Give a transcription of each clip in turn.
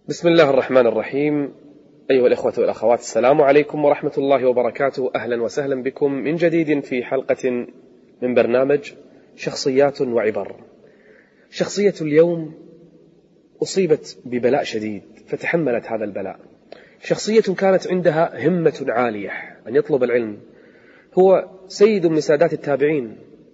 بسم الله الرحمن الرحيم. أيها الإخوة والأخوات، السلام عليكم ورحمة الله وبركاته. أهلا وسهلا بكم من جديد في حلقة من برنامج شخصيات وعبر. شخصية اليوم أصيبت ببلاء شديد فتحملت هذا البلاء. شخصية كانت عندها همة عالية أن يطلب العلم. هو سيد من سادات التابعين،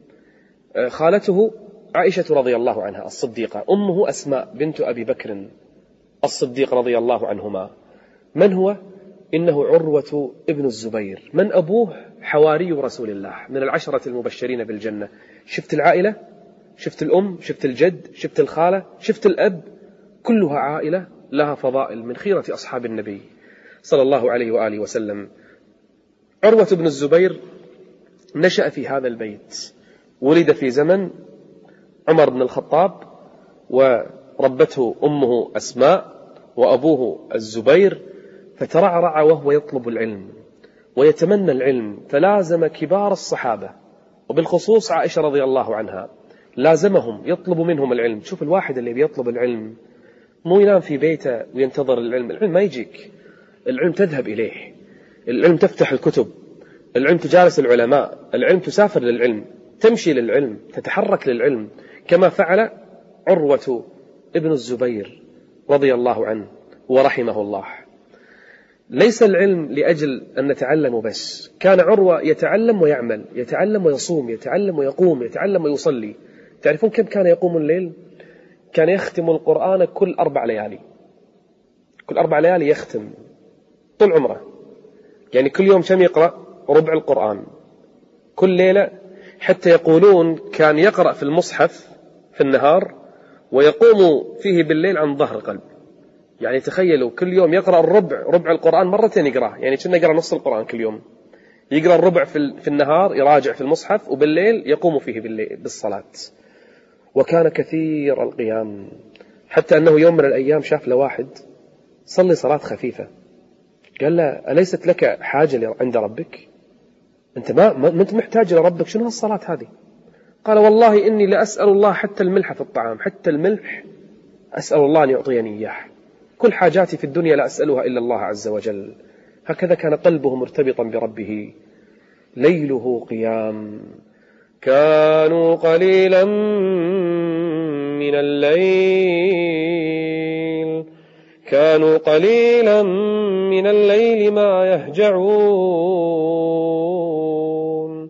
خالته عائشة رضي الله عنها الصديقة، أمه أسماء بنت أبي بكر الصديق رضي الله عنهما. من هو؟ إنه عروة ابن الزبير. من أبوه؟ حواري رسول الله من العشرة المبشرين بالجنة. شفت العائلة، شفت الأم، شفت الجد، شفت الخالة، شفت الأب، كلها عائلة لها فضائل من خيرة أصحاب النبي صلى الله عليه وآله وسلم. عروة ابن الزبير نشأ في هذا البيت، ولد في زمن عمر بن الخطاب، وربته أمه أسماء وأبوه الزبير، فترعرع وهو يطلب العلم ويتمنى العلم، فلازم كبار الصحابة وبالخصوص عائشة رضي الله عنها، لازمهم يطلب منهم العلم. شوف الواحد اللي بيطلب العلم مو ينام في بيته وينتظر العلم. العلم ما يجيك، العلم تذهب إليه، العلم تفتح الكتب، العلم تجالس العلماء، العلم تسافر للعلم، تمشي للعلم، تتحرك للعلم، كما فعل عروة ابن الزبير رضي الله عنه ورحمه الله. ليس العلم لأجل أن نتعلم بس، كان عروة يتعلم ويعمل، يتعلم ويصوم، يتعلم ويقوم، يتعلم ويصلي. تعرفون كم كان يقوم الليل؟ كان يختم القرآن كل 4 ليالي، كل 4 ليالي يختم طول عمره. يعني كل يوم كم يقرأ؟ ربع القرآن كل ليلة. حتى يقولون كان يقرأ في المصحف في النهار ويقوم فيه بالليل عن ظهر قلب. يعني تخيلوا كل يوم يقرأ ربع القرآن مرتين يقرأه، يعني كنا يقرأ نص القرآن كل يوم. يقرأ الربع في النهار، يراجع في المصحف، وبالليل يقوم فيه بالصلاة. وكان كثير القيام، حتى أنه يوم من الأيام شاف له واحد صلي صلاة خفيفة، قال له: أليست لك حاجة عند ربك؟ أنت ما أنت محتاج لربك، شنو هالصلاة هذه؟ قال: والله إني لأسأل الله حتى الملح في الطعام، حتى الملح أسأل الله أن يعطيني إياه، كل حاجاتي في الدنيا لا أسألها إلا الله عز وجل. هكذا كان قلبه مرتبطا بربه. ليله قيام، كانوا قليلا من الليل، كانوا قليلا من الليل ما يهجعون،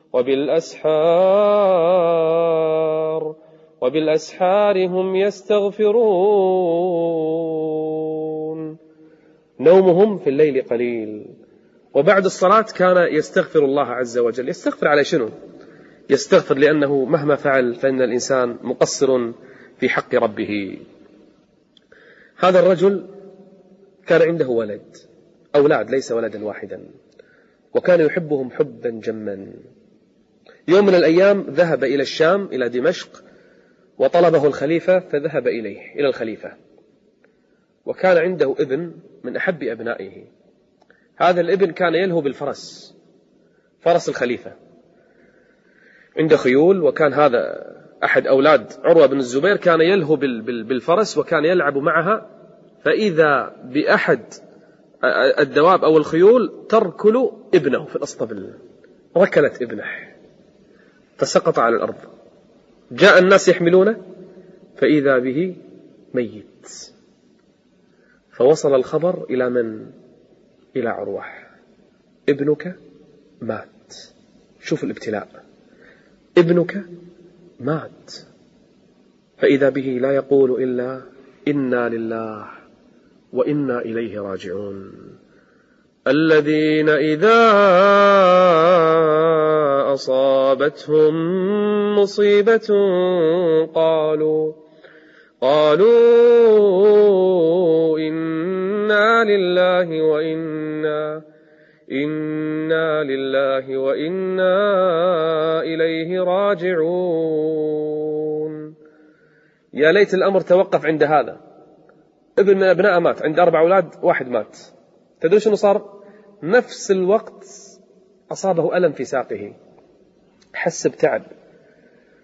وبالأسحار هم يستغفرون. نومهم في الليل قليل، وبعد الصلاة كان يستغفر الله عز وجل. يستغفر على شنو؟ يستغفر لأنه مهما فعل فإن الإنسان مقصر في حق ربه. هذا الرجل كان عنده أولاد ليس ولدا واحدا، وكان يحبهم حبا جما. يوم من الأيام ذهب إلى الشام، إلى دمشق، وطلبه الخليفة فذهب إليه إلى الخليفة. وكان عنده ابن من أحب أبنائه. هذا الابن كان يلهو بالفرس، فرس الخليفة، عنده خيول. وكان هذا أحد أولاد عروة بن الزبير، كان يلهو بالفرس وكان يلعب معها، فإذا بأحد الدواب أو الخيول تركل ابنه في الأسطبل، ركلت ابنه فسقط على الأرض. جاء الناس يحملونه فإذا به ميت. فوصل الخبر إلى من؟ إلى عروة: ابنك مات. شوف الابتلاء، ابنك مات. فإذا به لا يقول إلا: إنا لله وإنا إليه راجعون. الذين إذا أصابتهم مصيبة قالوا إنا لله وإنا إليه راجعون. يا ليت الأمر توقف عند هذا. ابن من أبناء مات، عنده 4 أولاد، واحد مات. تدري شنو صار؟ نفس الوقت أصابه ألم في ساقه، حس بتعب.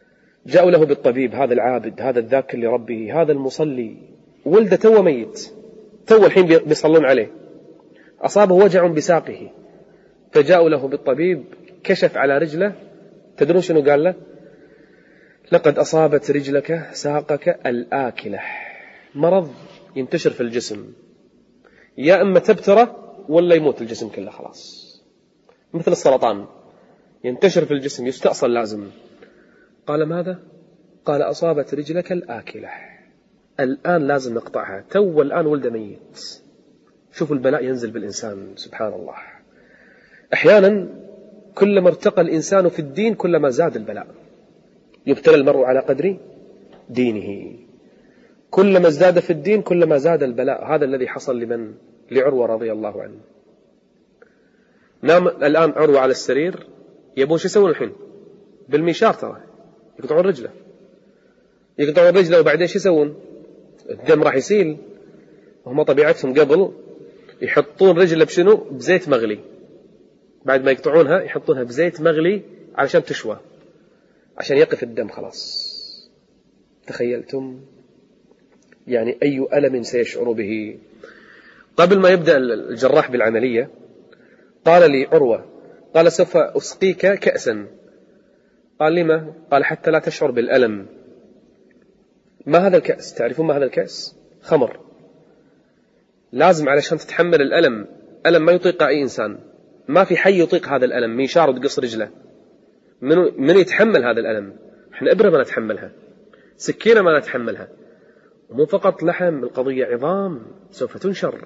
جاءوا له بالطبيب، هذا العابد، هذا الذاكر لربه، هذا المصلي، ولده تو ميت، تو الحين بيصلون عليه، أصابه وجع بساقه، فجاءوا له بالطبيب، كشف على رجله، تدرون شنو قال له؟ لقد أصابت رجلك ساقك الآكلة، مرض ينتشر في الجسم، يا إما تبتره ولا يموت الجسم كله خلاص، مثل السرطان ينتشر في الجسم يستأصل لازم. قال ماذا؟ قال أصابت رجلك الآكلة، الآن لازم نقطعها، تو الآن ولد ميت. شوفوا البلاء ينزل بالإنسان سبحان الله. أحيانا كلما ارتقى الإنسان في الدين كلما زاد البلاء، يبتلى المرء على قدر دينه، كلما ازداد في الدين كلما زاد البلاء. هذا الذي حصل لمن؟ لعروة رضي الله عنه. نام الآن عروة على السرير، يبون شو يسوون الحين؟ بالميشار ترى يقطعون رجله، يقطعون رجله، وبعدين شو يسوون؟ الدم راح يسيل. هم طبيعتهم قبل يحطون رجله بشنو؟ بزيت مغلي، بعد ما يقطعونها يحطونها بزيت مغلي علشان تشوى، عشان يقف الدم خلاص. تخيلتم يعني أي ألم سيشعر به؟ قبل ما يبدأ الجراح بالعملية قال لي عروة، قال سوف أسقيك كأسا. قال لما؟ قال حتى لا تشعر بالألم. ما هذا الكأس؟ تعرفون ما هذا الكأس؟ خمر. لازم علشان تتحمل الألم، ألم ما يطيق أي إنسان، ما في حي يطيق هذا الألم، ميشار وتقص رجله، من يتحمل هذا الألم؟ احنا إبرة ما نتحملها، سكينة ما نتحملها، مو فقط لحم، القضية عظام سوف تنشر.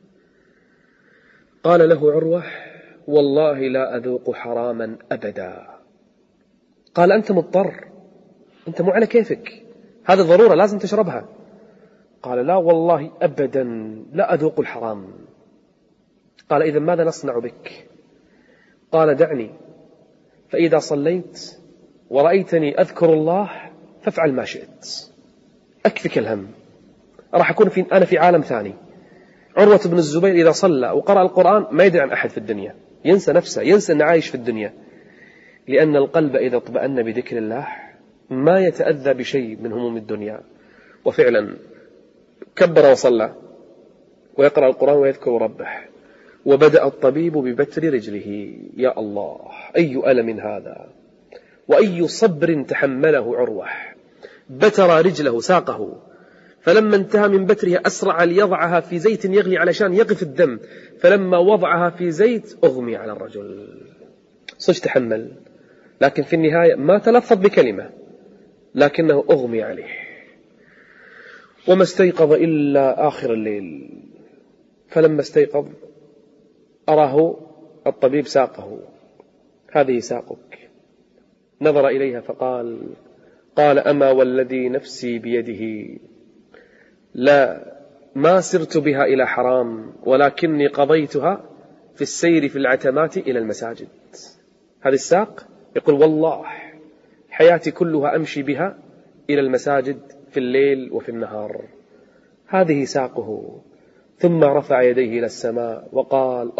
قال له عروة والله لا أذوق حراما أبدا. قال أنت مضطر، أنت مو على كيفك، هذا ضرورة لازم تشربها. قال لا والله أبدا لا أذوق الحرام. قال إذن ماذا نصنع بك؟ قال دعني، فإذا صليت ورأيتني أذكر الله فافعل ما شئت، أكفك الهم، راح أكون أنا في عالم ثاني. عروة بن الزبير إذا صلى وقرأ القرآن ما يدري عن أحد في الدنيا، ينسى نفسه، ينسى أنه عايش في الدنيا، لأن القلب إذا اطمأن بذكر الله ما يتأذى بشيء من هموم الدنيا. وفعلا كبر وصلى ويقرأ القرآن ويذكر ربه، وبدأ الطبيب ببتر رجله. يا الله أي ألم هذا، وأي صبر تحمله عروة. بتر رجله ساقه، فلما انتهى من بترها أسرع ليضعها في زيت يغلي علشان يقف الدم، فلما وضعها في زيت أغمي على الرجل. صج تحمل، لكن في النهاية ما تلفظ بكلمة، لكنه أغمي عليه، وما استيقظ إلا آخر الليل. فلما استيقظ أراه الطبيب ساقه، هذه ساقك. نظر إليها فقال أما والذي نفسي بيده لا ما سرت بها إلى حرام، ولكني قضيتها في السير في العتمات إلى المساجد. هذه الساق يقول والله حياتي كلها أمشي بها إلى المساجد في الليل وفي النهار، هذه ساقه. ثم رفع يديه إلى السماء وقال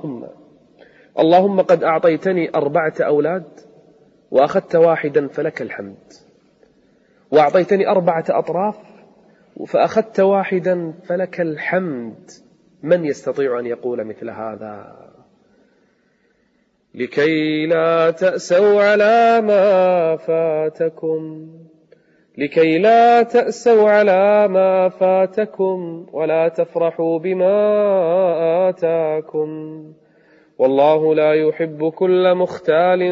اللهم قد أعطيتني 4 أولاد وأخذت واحدا فلك الحمد، وأعطيتني 4 أطراف فأخذت واحدا فلك الحمد، من يستطيع أن يقول مثل هذا؟ لكي لا تأسوا على ما فاتكم، لكي لا تأسوا على ما فاتكم ولا تفرحوا بما آتاكم، والله لا يحب كل مختال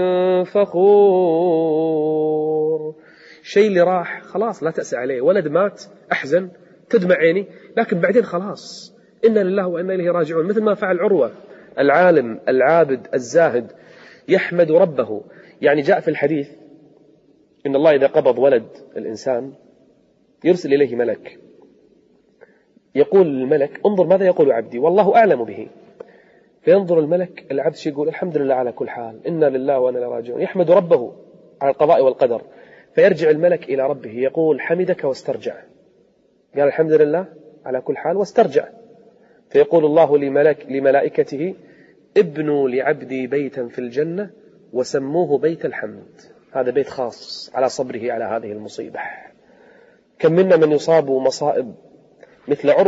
فخور. شيء اللي راح خلاص لا تأسى عليه، ولد مات أحزن تدمع عيني، لكن بعدين خلاص إنا لله وإنا إليه راجعون، مثل ما فعل عروة العالم العابد الزاهد يحمد ربه. يعني جاء في الحديث إن الله إذا قبض ولد الإنسان يرسل إليه ملك، يقول الملك انظر ماذا يقول عبدي والله أعلم به، فينظر الملك العبد شيء يقول الحمد لله على كل حال، إنا لله وإنا إليه راجعون، يحمد ربه على القضاء والقدر. فيرجع الملك إلى ربه يقول حمدك واسترجع، قال الحمد لله على كل حال واسترجع. فيقول الله لملائكته ابنوا لعبدي بيتا في الجنة وسموه بيت الحمد، هذا بيت خاص على صبره على هذه المصيبة. كم منا من يصاب مصائب مثل عروة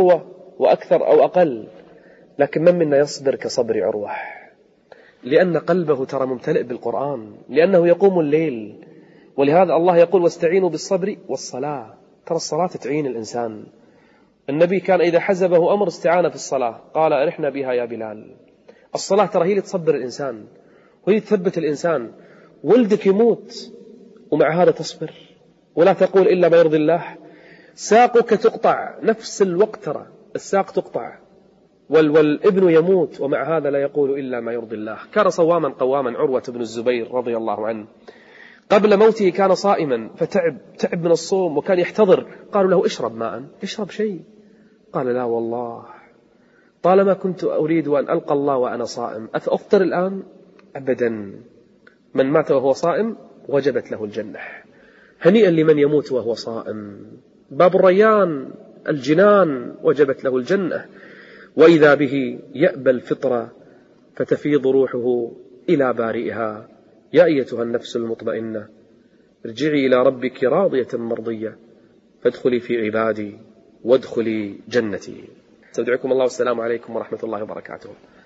وأكثر أو أقل، لكن من منا يصبر كصبر عروة؟ لأن قلبه ترى ممتلئ بالقرآن، لأنه يقوم الليل. ولهذا الله يقول واستعينوا بالصبر والصلاة. ترى الصلاة تعين الإنسان. النبي كان إذا حزبه أمر استعان في الصلاة، قال أرحنا بها يا بلال. الصلاة ترى هي اللي تصبر الإنسان وهي تثبت الإنسان. ولدك يموت ومع هذا تصبر ولا تقول إلا ما يرضي الله. ساقك تقطع نفس الوقت، ترى الساق تقطع والابن يموت ومع هذا لا يقول إلا ما يرضي الله. كان صواما قواما عروة بن الزبير رضي الله عنه. قبل موته كان صائما تعب من الصوم وكان يحتضر. قالوا له اشرب ماء، اشرب شيء. قال لا والله طالما كنت أريد أن ألقى الله وأنا صائم، أفطر الآن؟ أبدا. من مات وهو صائم وجبت له الجنة. هنيئا لمن يموت وهو صائم. باب الريان الجنان وجبت له الجنة. وإذا به يأبى الفطرة فتفيض روحه إلى بارئها. يا أيتها النفس المطمئنة ارجعي إلى ربك راضية مرضية فادخلي في عبادي وادخلي جنتي. استودعكم الله والسلام عليكم ورحمة الله وبركاته.